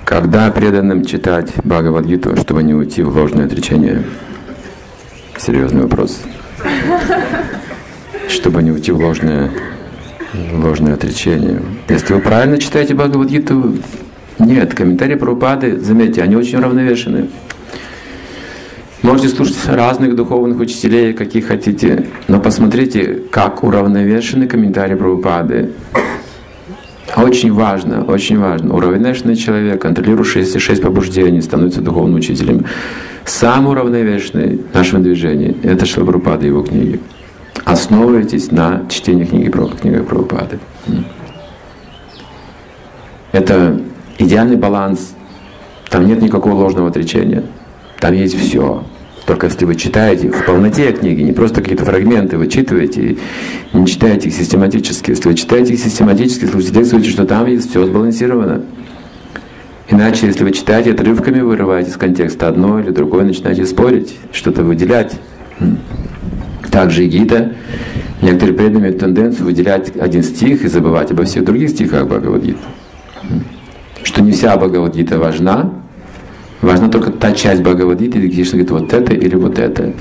Когда преданным читать Бхагавад-гиту, чтобы не уйти в ложное отречение? Серьезный вопрос. Чтобы не уйти в ложное отречение. Если вы правильно читаете Бхагавад-гиту, нет, комментарии Прабхупады, заметьте, они очень уравновешены. Можете слушать разных духовных учителей, каких хотите, но посмотрите, как уравновешены комментарии Прабхупады. Очень важно, уравновешенный человек, контролирующий 6 побуждений, становится духовным учителем. Самый уравновешенный в нашем движении — это Шрила Прабхупада и его книги. Основывайтесь на чтении книги Прабхупады. Это идеальный баланс. Там нет никакого ложного отречения. Там есть все. Только если вы читаете в полноте книги, не просто какие-то фрагменты вычитываете, и не читаете их систематически. Если вы читаете их систематически, свидетельствуете, что там есть все сбалансировано. Иначе, если вы читаете отрывками, вырываете из контекста одно или другое, начинаете спорить, что-то выделять. Также и гита. Некоторые преданные имеют тенденцию выделять один стих и забывать обо всех других стихах Бхагавад-гиты. Что не вся Бхагавад-гита важна. Важна только та часть Бхагавад-гиты, где Кришна говорит вот это или вот это.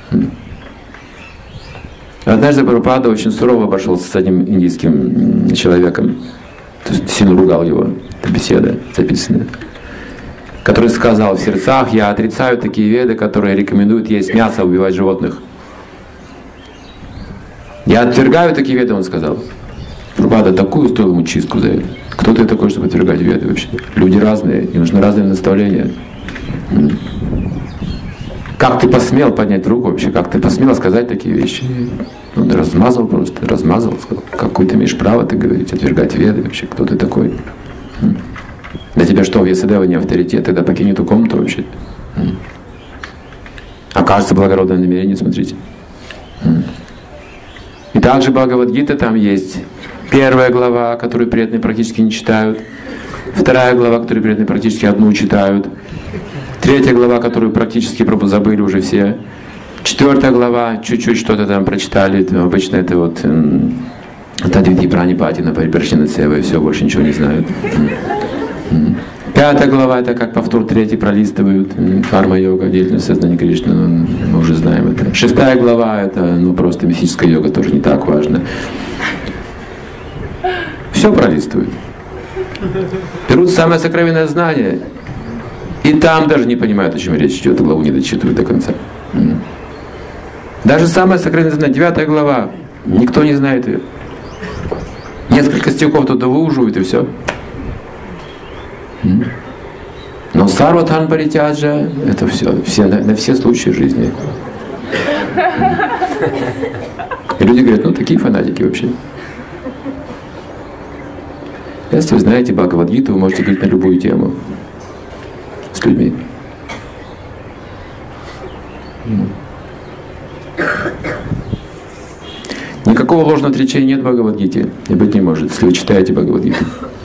Однажды Прабхупада очень сурово обошелся с одним индийским человеком. То есть сильно ругал его. Это беседа записанная. Который сказал в сердцах: «Я отрицаю такие веды, которые рекомендуют есть мясо, убивать животных». «Я отвергаю такие веды», он сказал. Прабхупада такую устроил ему чистку за это. Кто ты такой, чтобы отвергать веды вообще? Люди разные, им нужны разные наставления. Как ты посмел поднять руку вообще? Как ты посмел сказать такие вещи? Он размазал, сказал: какое ты имеешь право ты говорить, отвергать веды вообще? Кто ты такой? Для тебя что, Вьясадева не авторитет? Тогда покинь эту комнату вообще. Окажется благородное намерение, смотрите. И также Бхагавад-гита там есть. Первая глава, которую преданные практически не читают. Вторая глава, которую преданные практически одну читают. Третья глава, которую практически забыли уже все. Четвертая глава, чуть-чуть что-то там прочитали. Обычно это вот Тадвити Пранипатина, Парипрашнина Сева, и все, больше ничего не знают. Пятая глава — это как повтор третий пролистывают. Карма-йога, деятельность сознания Кришны, мы уже знаем это. Шестая глава — это просто мистическая йога, тоже не так важно. Все пролистывают. Берут самое сокровенное знание, и там даже не понимают, о чем речь идет, главу не дочитывают до конца. Даже самое сокровенное знание, 9 глава, никто не знает ее. Несколько стихов туда выуживают, и все. Но Сарватхан Паритяджа — это все на все случаи жизни. И люди говорят: такие фанатики вообще. Если вы знаете Бхагавад-гиту, вы можете говорить на любую тему с людьми. Никакого ложного отречения нет в Бхагавад-гите, и быть не может, если вы читаете Бхагавад-гиту.